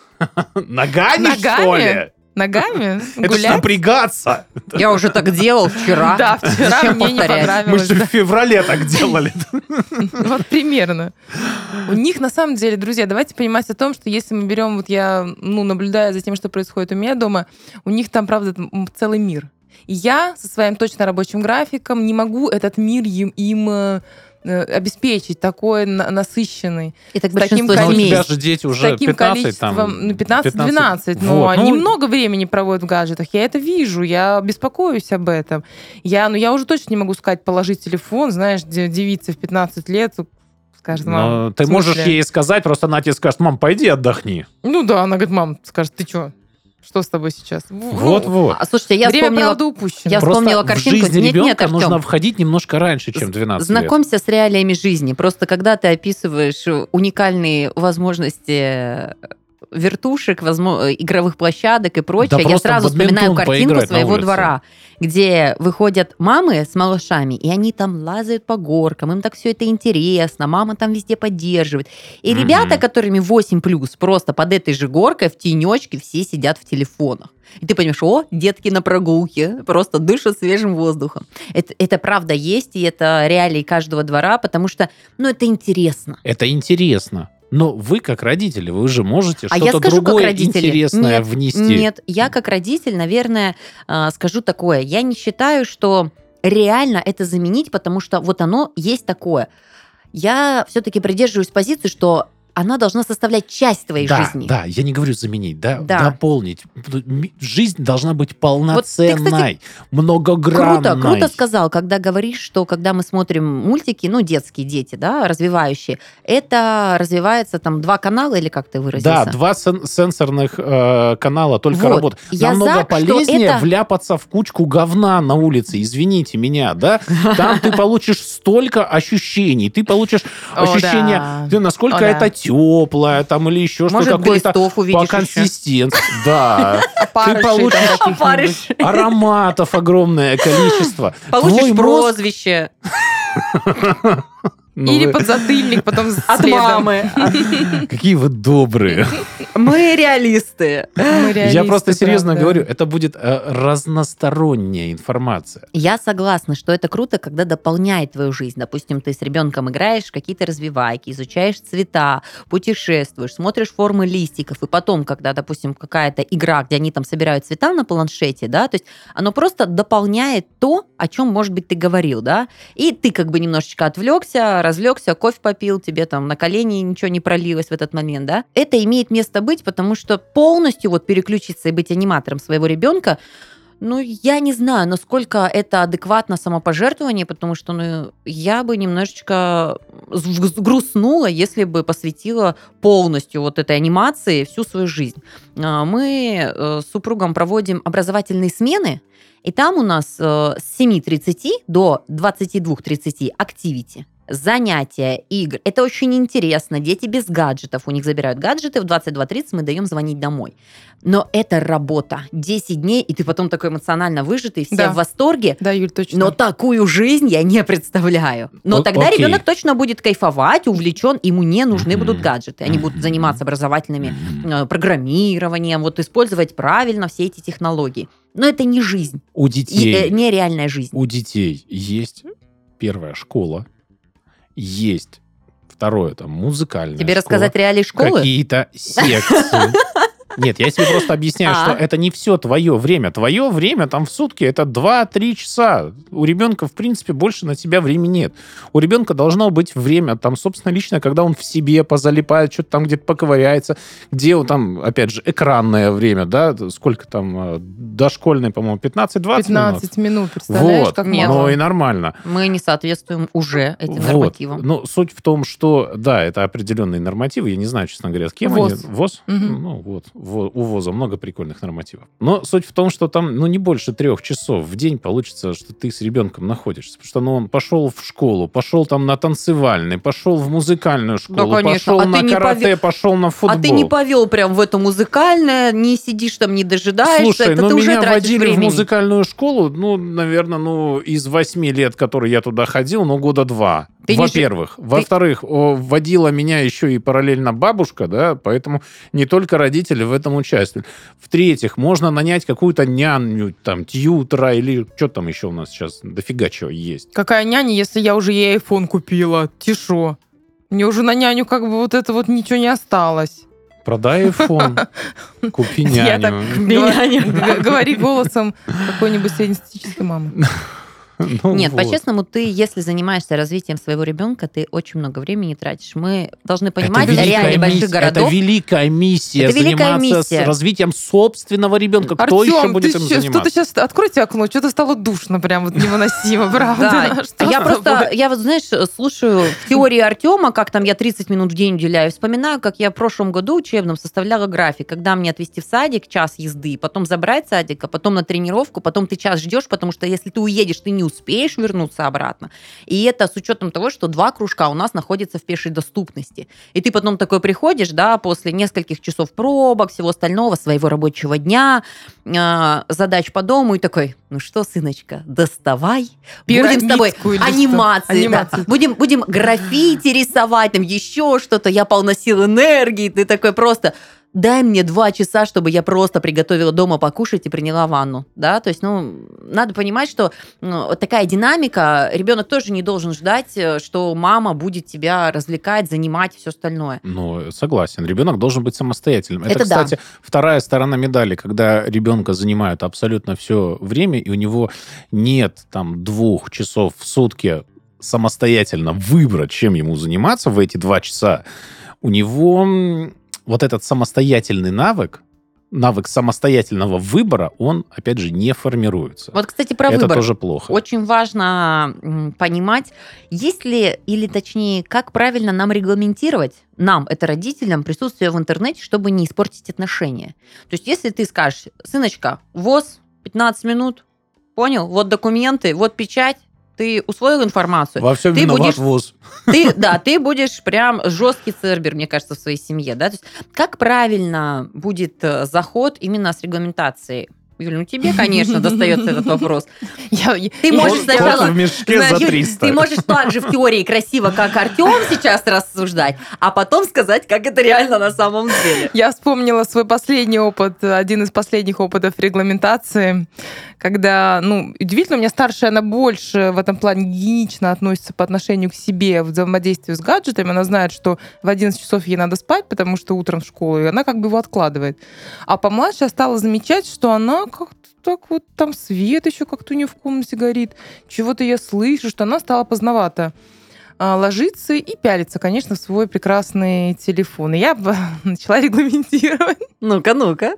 Ногами, Ногами? что ли? Ногами? Это ж Гулять? напрягаться. Я уже так делал вчера. Да, вчера Зачем мне не повторять? Мы понравилось. же в да. феврале так делали. Вот примерно. У них, на самом деле, друзья, давайте понимать о том, что если мы берем, вот я, ну, наблюдая за тем, что происходит у меня дома, у них там, правда, м, целый мир. И я со своим точно рабочим графиком не могу этот мир им, им э, э, обеспечить, такой на- насыщенный. И так С таким большинство Но у количеством. тебя семей. же дети С уже таким пятнадцать, там, количеством, ну, пятнадцать-двенадцать, но Вот, они ну, много времени проводят в гаджетах. Я это вижу, я беспокоюсь об этом. Я, ну, я уже точно не могу сказать, положить телефон, знаешь, де- девице в пятнадцать лет, скажет, мам, Но ты в можешь смысле? ей сказать, просто она тебе скажет, мам, пойди отдохни. Ну да, она говорит, мам, скажет, ты что? Что с тобой сейчас? Вот-вот. А, слушайте, я Время, вспомнила... правда, упущено. Я Просто вспомнила в картинку. жизнь Нет, нет, ребенка Артём. нужно входить немножко раньше, чем двенадцать лет. Знакомься с реалиями жизни. Просто когда ты описываешь уникальные возможности вертушек, возможно, игровых площадок и прочее, Да я просто сразу в бадминтон вспоминаю картинку поиграть на своего улице. двора, где выходят мамы с малышами, и они там лазают по горкам, им так все это интересно, мама там везде поддерживает. И Мгм. ребята, которыми восемь плюс, просто под этой же горкой в тенечке все сидят в телефонах. И ты понимаешь, о, детки на прогулке, просто дышат свежим воздухом. Это, это правда есть, и это реалии каждого двора, потому что, ну, это интересно. Это интересно. Но вы, как родители, вы же можете А я что-то скажу, как другое родители. интересное Нет, внести. Нет, я как родитель, наверное, э, скажу такое. Я не считаю, что реально это заменить, потому что вот оно есть такое. Я все-таки придерживаюсь позиции, что она должна составлять часть твоей да, жизни. да, я не говорю заменить, да, Да. дополнить. М- Жизнь должна быть ты, полноценной, кстати, многогранной. Круто, круто сказал, когда говоришь, что когда мы смотрим мультики, ну, детские дети, да, развивающие, это развивается там два канала, или как ты выразился? Да, два сен- сенсорных э, канала только Вот. работают. Я Намного за, что полезнее это- вляпаться в кучку говна на улице, извините меня, да? Там ты получишь столько ощущений, ты получишь О, ощущение, да. ты, насколько О, да. это теплое, там или еще что-то, Может, какое-то глистов увидишь по еще. консистенции. Да. Ты Опарышей там получишь каких-нибудь. Опарыш. ароматов огромное количество. Получишь Твой мозг- прозвище Ну Или вы- подзатыльник потом от следом. мамы. Какие вы добрые. Мы реалисты. Мы Я реалисты, просто серьезно правда. говорю, это будет э, разносторонняя информация. Я согласна, что это круто, когда дополняет твою жизнь. Допустим, ты с ребенком играешь в какие-то развивайки, изучаешь цвета, путешествуешь, смотришь формы листиков, и потом, когда, допустим, какая-то игра, где они там собирают цвета на планшете, да, то есть оно просто дополняет то, о чем, может быть, ты говорил, да, и ты как бы немножечко отвлекся, развлекся, кофе попил, тебе там на колени ничего не пролилось в этот момент, да. Это имеет место быть, потому что полностью вот переключиться и быть аниматором своего ребенка, ну, я не знаю, насколько это адекватно самопожертвование, потому что ну, я бы немножечко сг- грустнула, если бы посвятила полностью вот этой анимации всю свою жизнь. А, Мы э, с супругом проводим образовательные смены, и там у нас э, с семи тридцати до двадцати двух тридцати активити. Занятия, игры. Это очень интересно. Дети без гаджетов. У них забирают гаджеты. В двадцать два тридцать мы даем звонить домой. Но это работа. десять дней, и ты потом такой эмоционально выжатый, все Да. в восторге. Да, Юль, точно. Но такую жизнь я не представляю. Но О- тогда окей. ребенок точно будет кайфовать, увлечен, ему не нужны Мгм. будут гаджеты. Они будут заниматься образовательными э, программированием, вот использовать правильно все эти технологии. Но это не жизнь, У и, детей, э, нереальная жизнь. у детей есть первая школа, есть второе, там, музыкальная Тебе школа, рассказать реалии школы? какие-то секции. Нет, я тебе просто объясняю, А. что это не все твое время. Твое время там в сутки это два-три часа. У ребенка, в принципе, больше на тебя времени нет. У ребенка должно быть время, там, собственно, личное, когда он в себе позалипает, что-то там где-то поковыряется, где он там, опять же, экранное время, да, сколько там, э, дошкольное, по-моему, пятнадцать-двадцать минут. пятнадцать минут, представляешь, Вот, как Нет. мало. ну и нормально. Мы не соответствуем уже этим Вот. нормативам. Ну, суть в том, что, да, это определенные нормативы. Я не знаю, честно говоря, с кем ВОЗ. они. ВОЗ? Мгм. Ну, вот. Во- У ВОЗа много прикольных нормативов. Но суть в том, что там, ну, не больше трех часов в день получится, что ты с ребенком находишься. Потому что, ну, он пошел в школу, пошел там на танцевальный, пошел в музыкальную школу, конечно. пошел А на ты не карате, пошел на футбол. А ты не повел прям в это музыкальное, не сидишь там, не дожидаешься. Слушай, это ну ты уже меня тратишь водили времени. в музыкальную школу, ну, наверное, ну, из восьми лет, которые я туда ходил, ну, года два. Ты не Во-первых. Во-вторых, о, водила меня еще и параллельно бабушка, да, поэтому не только родители в этом участвовали. В-третьих, можно нанять какую-то няню, там, тьютера или что там еще у нас сейчас дофига чего есть. Какая няня, если я уже ей айфон купила? Тишо. Мне уже на няню как бы вот это вот ничего не осталось. Продай айфон, купи Я так няню. Купи няню. Г- Говори голосом какой-нибудь среднестатистической мамы. Ну, Нет, вот. по-честному, ты, если занимаешься развитием своего ребенка, ты очень много времени тратишь. Мы должны понимать, Это великая реалии больших миссия, городов. Это великая миссия, Это великая заниматься миссия. с развитием собственного ребенка. Кто Артём, еще будет ты им щас- заниматься? Что-то сейчас... Откройте окно, что-то стало душно, прям вот невыносимо, правда. Да, Что я с просто, тобой? я вот, знаешь, слушаю в теории Артема, как там я тридцать минут в день уделяю, вспоминаю, как я в прошлом году учебном составляла график, когда мне отвезти в садик, час езды, потом забрать садика, потом на тренировку, потом ты час ждешь, потому что если ты уедешь, ты не успеешь вернуться обратно. И это с учетом того, что два кружка у нас находятся в пешей доступности. И ты потом такой приходишь, да, после нескольких часов пробок, всего остального, своего рабочего дня, э, задач по дому, и такой, ну что, сыночка, доставай, будем с тобой Пирамидку или что? анимации, да. Анимацию. будем, будем граффити рисовать, там еще что-то, я полна сил энергии, ты такой просто... Дай мне два часа, чтобы я просто приготовила дома покушать и приняла ванну, да, то есть, ну, надо понимать, что ну, такая динамика, ребенок тоже не должен ждать, что мама будет тебя развлекать, занимать, все остальное. Ну, согласен. Ребенок должен быть самостоятельным. Это, Это да. кстати, вторая сторона медали, когда ребенка занимают абсолютно все время, и у него нет там двух часов в сутки самостоятельно выбрать, чем ему заниматься в эти два часа. У него м, вот этот самостоятельный навык, навык самостоятельного выбора, он, опять же, не формируется. Вот, кстати, про Это выбор. тоже плохо. Очень важно м, понимать, есть ли, или точнее, как правильно нам регламентировать, нам, это родителям, присутствие в интернете, чтобы не испортить отношения. То есть, если ты скажешь, сыночка, ВОЗ, пятнадцать минут, понял, вот документы, вот печать, ты усвоил информацию. Во всем ты виноват будешь- ВУЗ. Ты, да, ты будешь прям жесткий цербер, мне кажется, в своей семье. Да? То есть, как правильно будет э, заход именно с регламентацией? Юль, ну тебе, конечно, достается этот вопрос. Я- я- Ты я- можешь я- сначала- Кот в мешке Знаешь, за Юль, триста. ты можешь так же в теории красиво, как Артем сейчас рассуждать, а потом сказать, как это реально на самом деле. Я вспомнила свой последний опыт, один из последних опытов регламентации, когда, ну, удивительно, у меня старшая, она больше в этом плане гигиенично относится по отношению к себе в взаимодействии с гаджетами. Она знает, что в одиннадцать часов ей надо спать, потому что утром в школу, и она как бы его откладывает. А помладше я стала замечать, что она как-то так вот, там свет еще как-то у нее в комнате горит, чего-то я слышу, что она стала поздновато а, ложиться и пялиться, конечно, в свой прекрасный телефон. И я б- начала регламентировать. Ну-ка, ну-ка.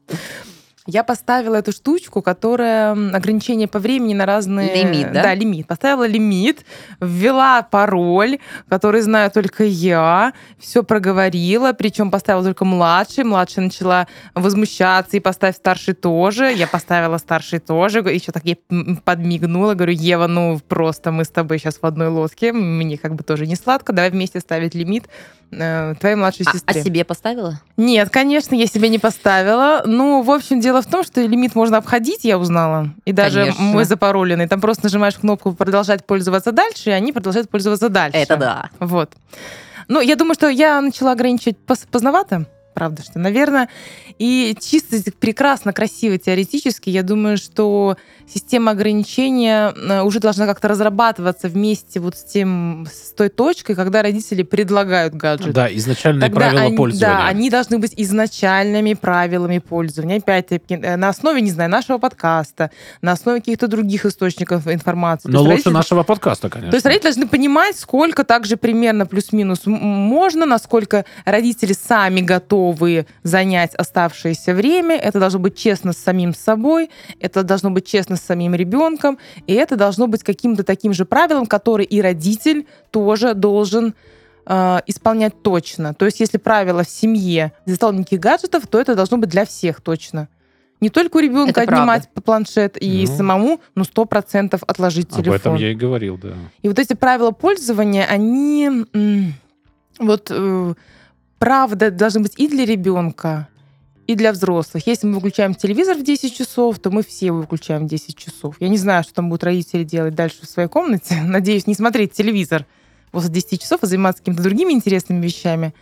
Я поставила эту штучку, которая м, ограничение по времени на разные... Лимит, да? Да, лимит. Поставила лимит, ввела пароль, который знаю только я, все проговорила, причем поставила только младший. Младшая начала возмущаться, и поставь старший тоже. Я поставила старший тоже, еще так ей м, подмигнула, говорю, Ева, ну просто мы с тобой сейчас в одной лодке, мне как бы тоже не сладко, давай вместе ставить лимит э, твоей младшей А, сестре. а себе поставила? Нет, конечно, я себе не поставила. Ну, в общем, дело в том, что лимит можно обходить, я узнала. И даже Конечно. мой запароленный. Там просто нажимаешь кнопку «Продолжать пользоваться дальше», и они продолжают пользоваться дальше. Это да. Вот. Ну, я думаю, что я начала ограничивать пос- поздновато. Правда, что, наверное, и чисто прекрасно, красиво теоретически, я думаю, что система ограничения э, уже должна как-то разрабатываться вместе вот с тем, с той точкой, когда родители предлагают гаджет. Да, изначальные Тогда правила они, пользования. Да, они должны быть изначальными правилами пользования. Опять-таки, э, на основе, не знаю, нашего подкаста, на основе каких-то других источников информации. То Но есть лучше родители- нашего подкаста, конечно. То есть родители должны понимать, сколько также примерно плюс-минус м- можно, насколько родители сами готовы занять оставшееся время. Это должно быть честно с самим собой, это должно быть честно с самим ребенком, и это должно быть каким-то таким же правилом, который и родитель тоже должен э, исполнять точно. То есть если правило в семье за столом никаких гаджетов, то это должно быть для всех точно. Не только у ребенка Это отнимать правда. планшет и Ну. самому, ну, сто процентов отложить Об телефон. этом я и говорил, да. И вот эти правила пользования, они м, вот э, правда должны быть и для ребенка, и для взрослых. Если мы выключаем телевизор в десять часов, то мы все его выключаем в десять часов. Я не знаю, что там будут родители делать дальше в своей комнате. Надеюсь, не смотреть телевизор после десяти часов, а заниматься какими-то другими интересными вещами.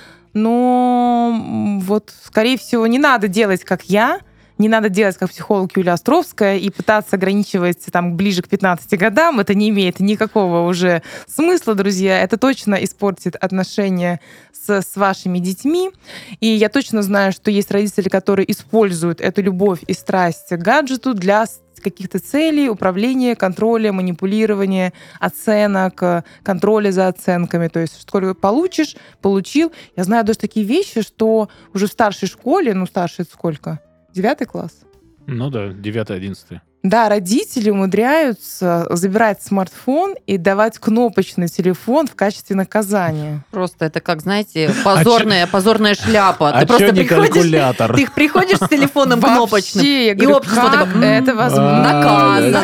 Но м, вот, скорее всего, не надо делать, как я, не надо делать, как психолог Юлия Островская, и пытаться ограничивать там ближе к пятнадцати годам. Это не имеет никакого уже смысла, друзья. Это точно испортит отношения с, с вашими детьми. И я точно знаю, что есть родители, которые используют эту любовь и страсть к гаджету для каких-то целей, управления, контроля, манипулирования, оценок, контроля за оценками. То есть сколько получишь, получил. Я знаю даже такие вещи, что уже в старшей школе, ну, старший это сколько? Девятый класс? Ну да, девятый, одиннадцатый. Да, родители умудряются забирать смартфон и давать кнопочный телефон в качестве наказания. Просто это как, знаете, позорная, позорная шляпа. А ты просто чё не приходишь, калькулятор? ты приходишь с телефоном кнопочным, Вообще, я и говорю, общество как такое, это возможно? наказан,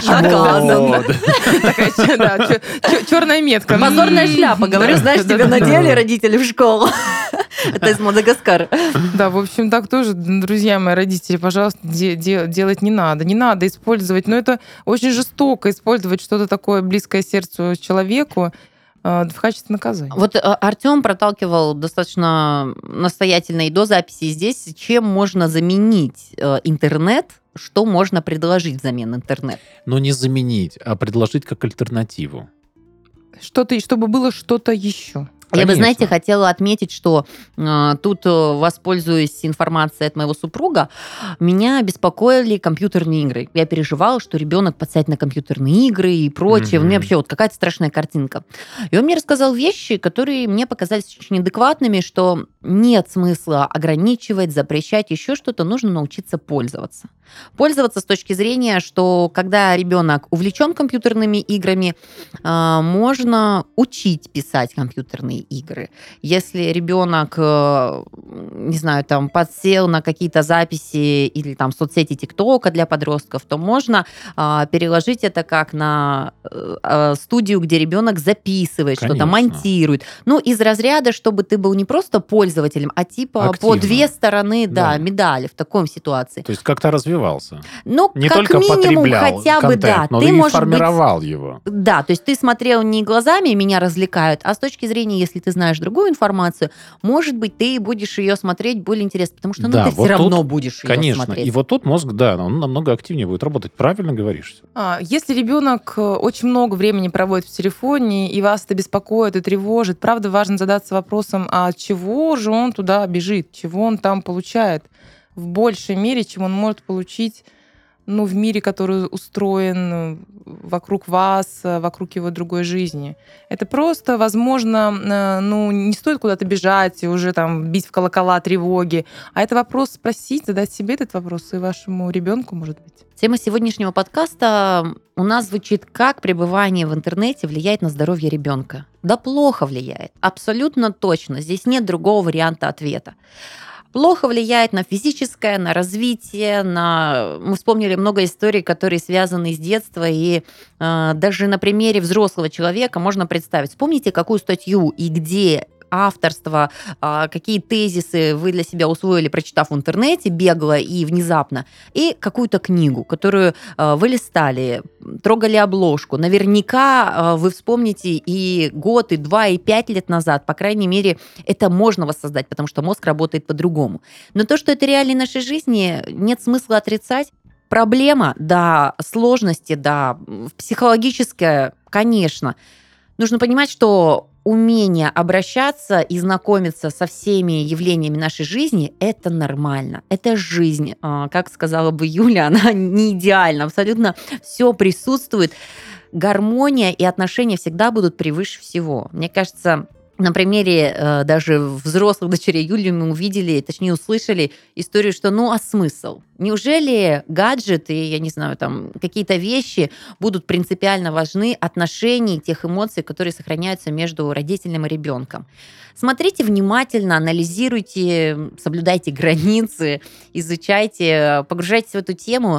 наказан. Такая, да, черная метка. Позорная шляпа, говорю, знаешь, тебе надели родители в школу. Это из Мадагаскара. Да, в общем, так тоже, друзья мои, родители, пожалуйста, де- де- делать не надо. Не надо использовать, но это очень жестоко использовать что-то такое близкое сердцу человеку э, в качестве наказания. Вот э, Артем проталкивал достаточно настоятельно и до записи здесь, чем можно заменить э, интернет, что можно предложить взамен интернета. Но не заменить, а предложить как альтернативу. Что-то, чтобы было что-то еще. Я бы, Конечно. знаете, хотела отметить, что э, тут, э, воспользуясь информацией от моего супруга, меня беспокоили компьютерные игры. Я переживала, что ребенок подсядет на компьютерные игры и прочее. Мгм. У меня вообще вот какая-то страшная картинка. И он мне рассказал вещи, которые мне показались очень адекватными, что нет смысла ограничивать, запрещать, еще что-то. Нужно научиться пользоваться. Пользоваться с точки зрения, что когда ребенок увлечен компьютерными играми, э, можно учить писать компьютерные игры. Если ребенок, э, не знаю, там подсел на какие-то записи или там соцсети ТикТока для подростков, то можно э, переложить это как на э, э, студию, где ребенок записывает, что-то Конечно. монтирует. Ну, из разряда, чтобы ты был не просто пользователем, а типа по Активно. две стороны, да, Да. медали в такой ситуации. То есть как-то развивался. Ну, Не как только минимум, потреблял хотя бы, контент, да, но ты, и может быть, формировал его. да, то есть ты смотрел не глазами «меня развлекают», а с точки зрения, если ты знаешь другую информацию, может быть, ты будешь ее смотреть более интересно, потому что ну, Да, ты вот все равно тут, будешь ее Конечно. смотреть. И вот тут мозг, да, он намного активнее будет работать. Правильно говоришь. А, Если ребенок э, очень много времени проводит в телефоне, и вас это беспокоит и тревожит, правда, важно задаться вопросом, а чего же он туда бежит, чего он там получает в большей мере, чем он может получить ну, в мире, который устроен вокруг вас, вокруг его другой жизни. Это просто, возможно, ну, не стоит куда-то бежать и уже там бить в колокола тревоги, а это вопрос спросить, задать себе этот вопрос и вашему ребенку, может быть. Тема сегодняшнего подкаста у нас звучит: как пребывание в интернете влияет на здоровье ребенка. Да плохо влияет, абсолютно точно. Здесь нет другого варианта ответа. Плохо влияет на физическое, на развитие, на... Мы вспомнили много историй, которые связаны с детства, и э, даже на примере взрослого человека можно представить. Вспомните, какую статью и где авторство, э, какие тезисы вы для себя усвоили, прочитав в интернете, бегло и внезапно, и какую-то книгу, которую э, вы листали, трогали обложку. Наверняка э, вы вспомните и год, и два, и пять лет назад, по крайней мере, это можно воссоздать, потому что мозг работает по-другому. Но то, что это реалии нашей жизни, нет смысла отрицать. Проблема, да, сложности, да, психологическая, конечно. Нужно понимать, что умение обращаться и знакомиться со всеми явлениями нашей жизни – это нормально, это жизнь. Как сказала бы Юля, она не идеальна, абсолютно все присутствует. Гармония и отношения всегда будут превыше всего. Мне кажется, на примере э, даже взрослых дочерей Юли мы увидели, точнее услышали историю, что ну а смысл? Неужели гаджеты, я не знаю, там какие-то вещи будут принципиально важны отношений, тех эмоций, которые сохраняются между родителем и ребенком? Смотрите внимательно, анализируйте, соблюдайте границы, изучайте, погружайтесь в эту тему,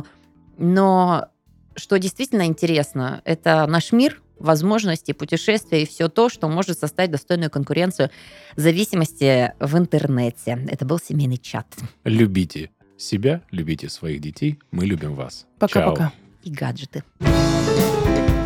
но что действительно интересно, это наш мир, возможности, путешествия и все то, что может составить достойную конкуренцию зависимости в интернете. Это был семейный чат. Любите себя, любите своих детей. Мы любим вас. Пока-пока. Чао. И гаджеты.